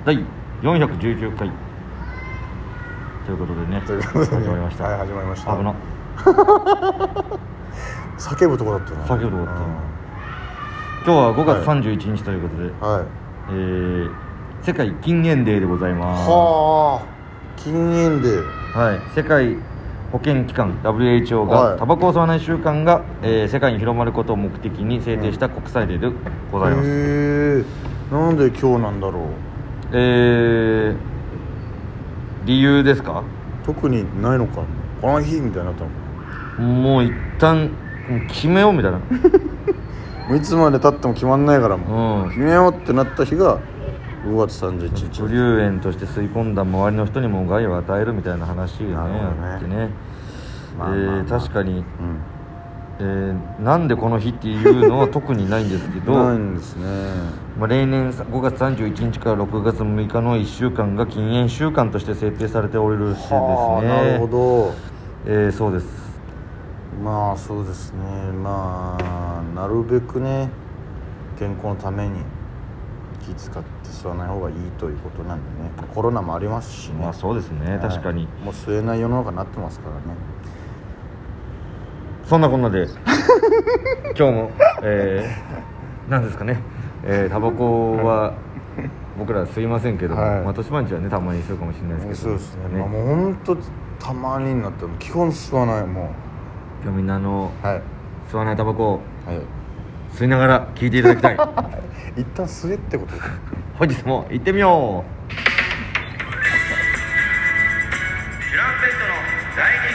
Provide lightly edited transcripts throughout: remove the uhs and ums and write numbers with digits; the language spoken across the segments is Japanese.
第419回ということでね、始まりました。 はい、始まりました。 危な叫ぶとこだったな。 叫ぶとこだった。今日は5月31日ということで、 はい、 世界禁煙デーでございます。 はあ、禁煙デー。 はい、世界保健機関 WHO が、 はい、 タバコを吸わない習慣が、世界に広まることを目的に制定した国際デーでございます。 なんで今日なんだろう。 理由ですか？ 特にないのか。この日みたいになったのか。 もう一旦決めようみたいないつまで経っても決まんないからもう、決めようってなった日が5月31日。 不流煙として吸い込んだ周りの人にも害を与えるみたいな話よね。あってね、確かに、なんでこの日っていうのは特にないんですけどないんですね。 例年5月31日から6月6日の1週間が禁煙週間として制定されておるらしいですね。 なるほど。 そうです。 まあそうですね。まあなるべくね、健康のために気使って吸わない方がいいということなんでね。コロナもありますしね。 まあそうですね、確かにもう吸えない世の中になってますからね。 そんなこんなで今日も、なんですかね、タバコは僕ら吸いませんけども、年番地はねたまに吸うかもしれないですけど、 そうですね。もう本当たまになっても基本吸わない。もう今日みんな吸わないタバコを吸いながら聞いていただきたい一旦吸えってことですね。 本日も行ってみよう。 チュランペットの第二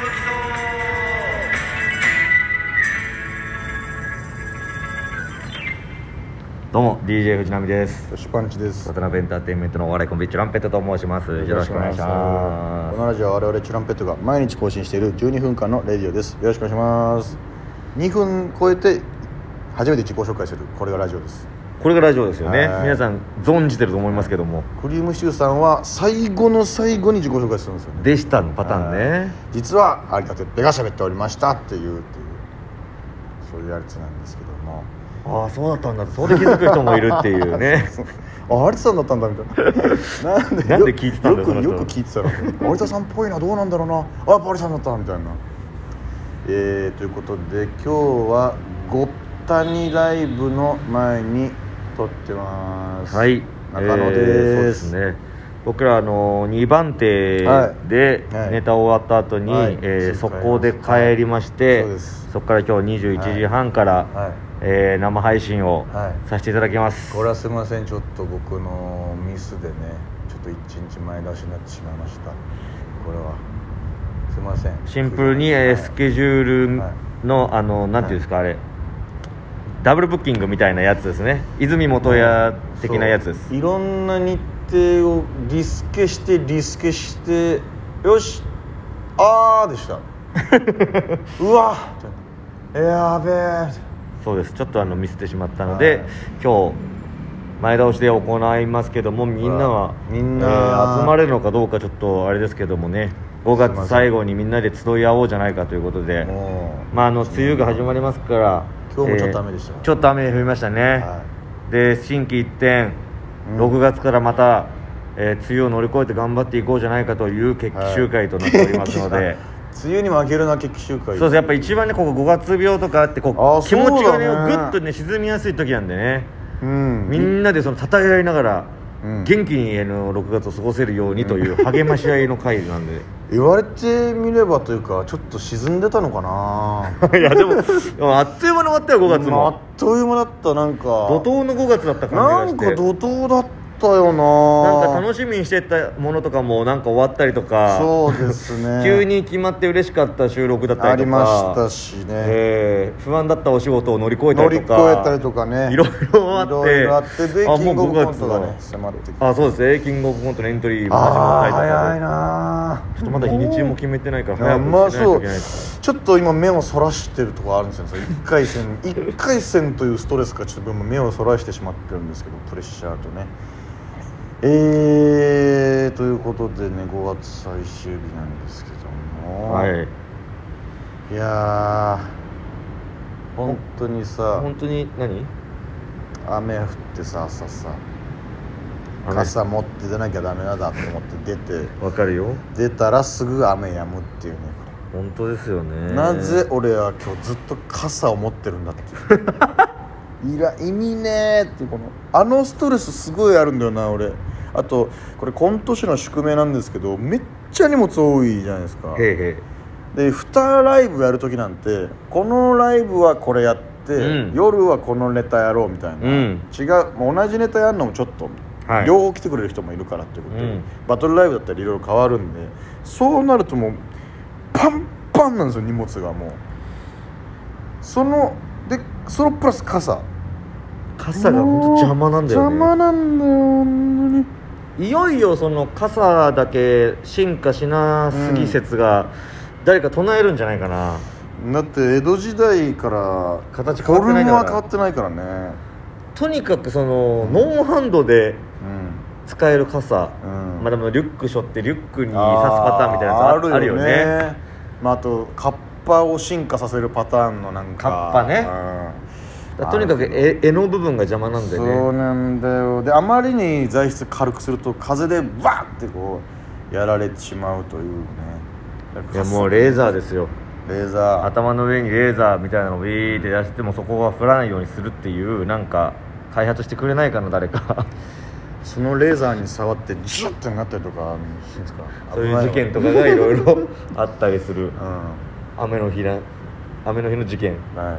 どうも DJ 藤波です。 トシパンチです。 渡辺エンターテインメントのお笑いコンビチュランペットと申します。よろしくお願いします。 このラジオは我々チュランペットが毎日更新している12分間のレディオです。よろしくお願いします。2分超えて初めて自己紹介する、これがラジオです。 これがラジオですよね。皆さん存じてると思いますけども、 クリームシチューさんは最後の最後に自己紹介するんですよね。 でしたのパターンね。 実は有田哲平が喋っておりましたっていうそういうやつなんですけども、 ああそうだったんだ、それで気づく人もいるっていうねあ、有田さんだったんだみたいななんで聞いてたんだよく聞いてたら有田さんっぽいな、どうなんだろうな、あ、やっぱ有田さんだったみたいな。ということで今日はごったにライブの前に撮ってます。 はい、 中野です。 そうですね、僕ら2番手でネタ終わった後に、速攻で帰りまして、そこから今日21時半から、生配信をさせていただきます。 これはすみません、ちょっと僕のミスでね、ちょっと1日前出しになってしまいました。これはすみません。 シンプルに、スケジュールの、なんていうんですか、あれダブルブッキングみたいなやつですね。泉元屋的なやつです。 いろんな日程をリスケしてよし、あーでしたうわやべえ。 そうです、ちょっとミスってしまったので、今日前倒しで行いますけども、みんなは集まれるのかどうかちょっとあれですけどもね、5月最後にみんなで集い合おうじゃないかということで、梅雨が始まりますから、 今日もちょっと雨でした、 ちょっと雨降りましたね、で心機一転、6月からまた、梅雨を乗り越えて頑張っていこうじゃないかという決起集会となっておりますので、 梅雨に負けるな決起集会。 そうです、やっぱ一番ね、ここ5月病とかあって気持ちがねぐっとね沈みやすい時なんでね、みんなでその称え合いながら、元気に6月を過ごせるようにという励まし合いの会なんで言われてみればというか、ちょっと沈んでたのかないやでもあっという間に終わったよ、5月も。 あっという間だった。なんか怒涛の5月だった感じがして、 なんか怒涛だったよな。 なんか楽しみにしてたものとかもなんか終わったりとか、 そうですね急に決まって嬉しかった収録だったりとかありましたしね、 不安だったお仕事を乗り越えたりとかね、 いろいろあってで、キングオブコントがね迫ってきて、 そうですね、キングオブコントのエントリーも始まったりとか、 早いな。 ちょっとまだ日にちも決めてないから早くしないといけないです。 ちょっと今目をそらしてるところあるんですよ。1回戦というストレスからちょっと目をそらしてしまってるんですけど、プレッシャーとね。ということでね、5月最終日なんですけども、いやー本当にさ、 本当に何？ 雨降ってさ、朝さ、 傘持って出なきゃダメなんだと思って出てわかるよ、 出たらすぐ雨止むっていうね。 本当ですよね。 なぜ俺は今日ずっと傘を持ってるんだっていう意味ねーっていうあのストレスすごいあるんだよな俺。あとこれコント師の宿命なんですけど、めっちゃ荷物多いじゃないですか。 へいへい。 で2ライブやる時なんて、このライブはこれやって、 うん、 夜はこのネタやろうみたいな、 うん、 違うもう同じネタやるのもちょっと、はい、両方来てくれる人もいるからっていうことで、バトルライブだったらいろいろ変わるんで、そうなるともうパンパンなんですよ、荷物がもう。そのプラス傘が本当邪魔なんだよね。 邪魔なんだよ本当に。 いよいよその傘だけ進化しなすぎ説が誰か唱えるんじゃないかな。 だって江戸時代から形変わってないんだから。 フォルムは変わってないからね。 とにかくそのノンハンドで使える傘、まあでもリュック背負ってリュックに刺すパターンみたいなやつあるよね。 まあ、あとカッパを進化させるパターンのなんかカッパね、とにかく柄の部分が邪魔なんでね。 そうなんだよ。であまりに材質軽くすると風でバーってこうやられてしまうというね。 いやもうレーザーですよ。 レーザー、 頭の上にレーザーみたいなのをウィーって出してもそこが降らないようにするっていう、なんか開発してくれないかな誰かそのレーザーに触ってジュッてなったりとかするんですか。 そういう事件とかがいろいろあったりする、雨の日の事件、 はい、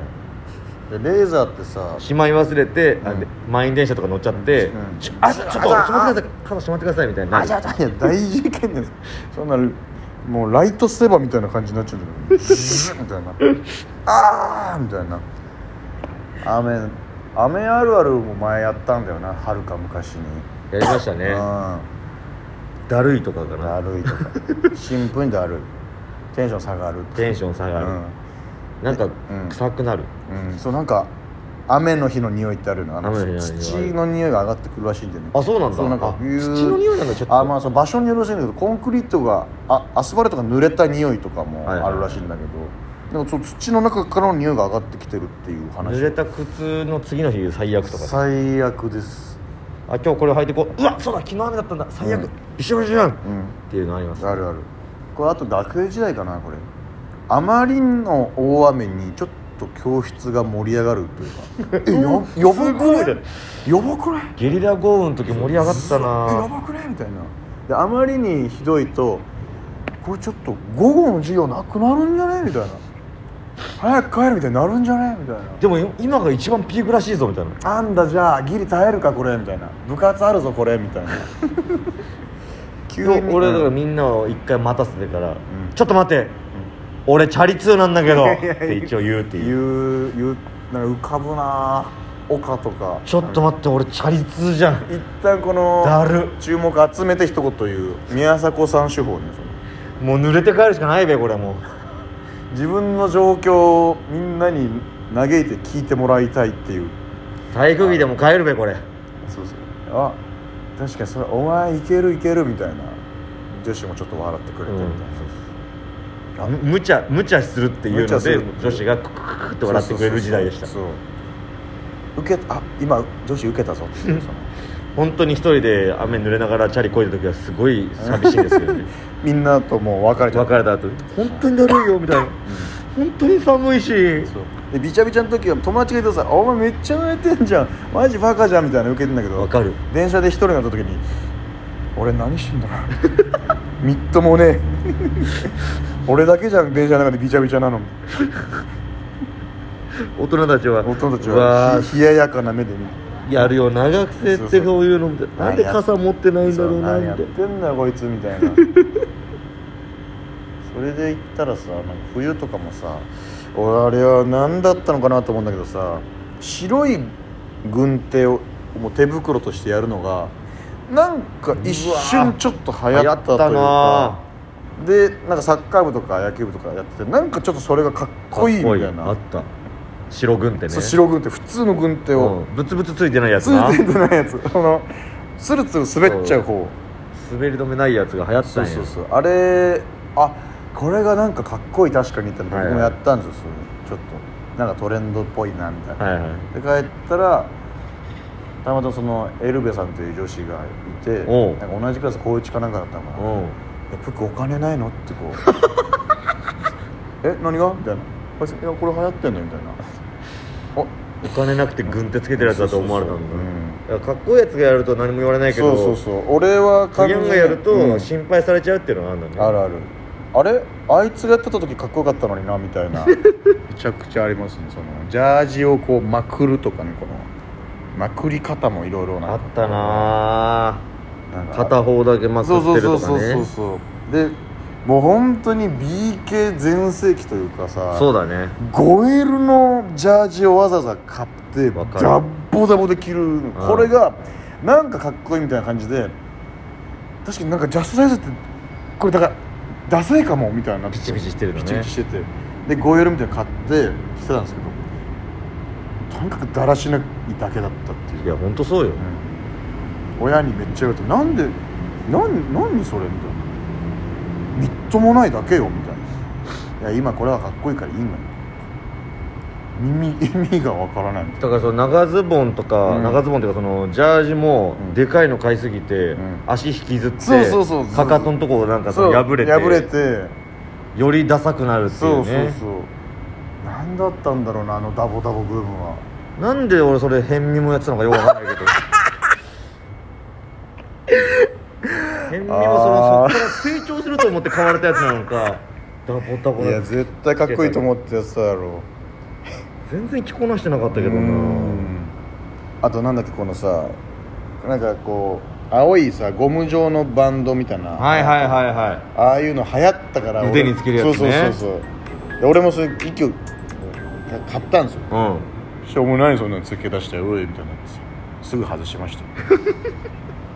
でレーザーってさしまい忘れて、満員電車とか乗っちゃって、ちょっとしまってください、傘しまってくださいみたいな。 いや大事件ですそんなもうライトセーバーみたいな感じになっちゃうんだよみたいなあーみたいな。雨あるあるも前やったんだよな、はるか昔にやりましたね。だるいとかかな。 だるいとかシンプルにだるい、テンション下がる、 なんか臭くなる、 そうなんか雨の日の匂いってあるの、土の匂いが上がってくるらしいんだよね。 あ、そうなんだ。 そうなんか土の匂いなんだ。ちょっとまあその場所によろしいんだけど、コンクリートがアスファルトが濡れた匂いとかもあるらしいんだけど、なんか土の中からの匂いが上がってきてるっていう話。 濡れた靴の次の日最悪とか。 最悪です。 今日これ履いてこう、うわそうだ昨日雨だったんだ最悪、びしょびしょじゃん、っていうのあります。 あるある。これあと学生時代かな、これあまりの大雨にちょっと教室が盛り上がるというかやばくないゲリラ豪雨の時盛り上がったな。 やばくないみたいな。であまりにひどいと、これちょっと午後の授業なくなるんじゃねみたいな、早く帰るみたいになるんじゃねみたいな。 でも今が一番ピークらしいぞみたいな。 あんだじゃあギリ耐えるかこれみたいな、部活あるぞこれみたいな急に俺だからみんなを一回待たせてから、ちょっと待って、俺チャリ通なんだけどって一応言うっていうなんか浮かぶな、岡とか。 ちょっと待って、俺チャリ通じゃん。 一旦このだる注目集めて一言言う宮迫さん手法ね。 もう濡れて帰るしかないべこれ。もう自分の状況をみんなに嘆いて聞いてもらいたいっていう。 体育着でも帰るべこれ。 そう確かにそれお前いけるみたいな、女子もちょっと笑ってくれてみたいな、 無茶するっていうので女子がククククって笑ってくれる時代でした。 今女子受けたぞっていう本当に一人で雨濡れながらチャリこいだ時はすごい寂しいんですけどねみんなともう別れた後本当にだるいよみたいな、本当に寒いし。 でビチャビチャの時は友達がいてさ、お前めっちゃ濡れてんじゃんマジバカじゃんみたいな受けてんだけど、 分かる。 電車で一人になった時に俺何してんだろうみっともね俺だけじゃん電車の中でビチャビチャなの大人たちは冷ややかな目でやるよな、学生ってそういうのみたいな。なんで傘持ってないんだろうなみたいな。 やってんだよこいつみたいなそれで言ったらさ、なんか冬とかもさ、俺あれは何だったのかなと思うんだけどさ、白い軍手をもう手袋としてやるのがなんか一瞬ちょっと流行ったというか、でなんかサッカー部とか野球部とかやってて、なんかちょっとそれがかっこいいみたいな。 あった、白軍手ね。 そう、白軍手、普通の軍手を、 ブツブツついてないやつな。 ついてないやつ、スルツル滑っちゃう方、 滑り止めないやつが流行ったんや。 そうあれ、これがなんかかっこいい、確かにって僕もやったんですよ、ちょっとなんかトレンドっぽいなみたいな、で帰ったらたまたまそのエルベさんという女子がいて、 おうなんか同じクラス高1かなんかだったのかな。 うんプックお金ないのってこうえ何がみたいな、いやこれ流行ってんのみたいな、 お金なくて軍手つけてるやつだと思われたんだ。 うんいやかっこいいやつがやると何も言われないけど、 そう俺はクギャンがやるうとん心配されちゃうっていうのがあるんだね。 あるある、あれあいつがやってた時かっこよかったのになみたいなめちゃくちゃありますね。そのジャージをこうまくるとかね、このまくり方もいろいろあったななんか片方だけまくってるとかね。 そうでもう本当に BK 全盛期というかさ、 そうだね。 5L のジャージをわざわざ買ってわかるダッボダボで着る、これがなんかかっこいいみたいな感じで、確かになんかジャストサイズってこれだからダサいかもみたいな、 ピチピチしてるのね。 ピチピチしてて、で 5L みたいなの買って着てたんですけど、とにかくだらしないだけだったっていう。 いや本当そうよ、 親にめっちゃ言われて、なんで何それみたいな、みっともないだけよみたいな、いや今これはかっこいいからいいんだよ、意味がわからないみたいな。 だからその長ズボンとか、長ズボンっていうかそのジャージもでかいの買いすぎて、足引きずってそうかかとのとこなんかその破れてよりダサくなるっていうね。 何だったんだろうな、あのダボダボブームは。 なんで俺それ変味もやってたのかよくわかんないけど変味もそこから成長すると思って買われたやつなのか、ダボダボいや絶対かっこいいと思ってやってたやろ。 全然着こなしてなかったけどな。 あとなんだっけ、このさ、なんかこう青いさゴム状のバンドみたいな、 はいああいうの流行ったから腕につけるやつね。 そうで俺もそれ一挙買ったんですよ。しょうもないそんなのつけ出しておいみたいなやつすぐ外しました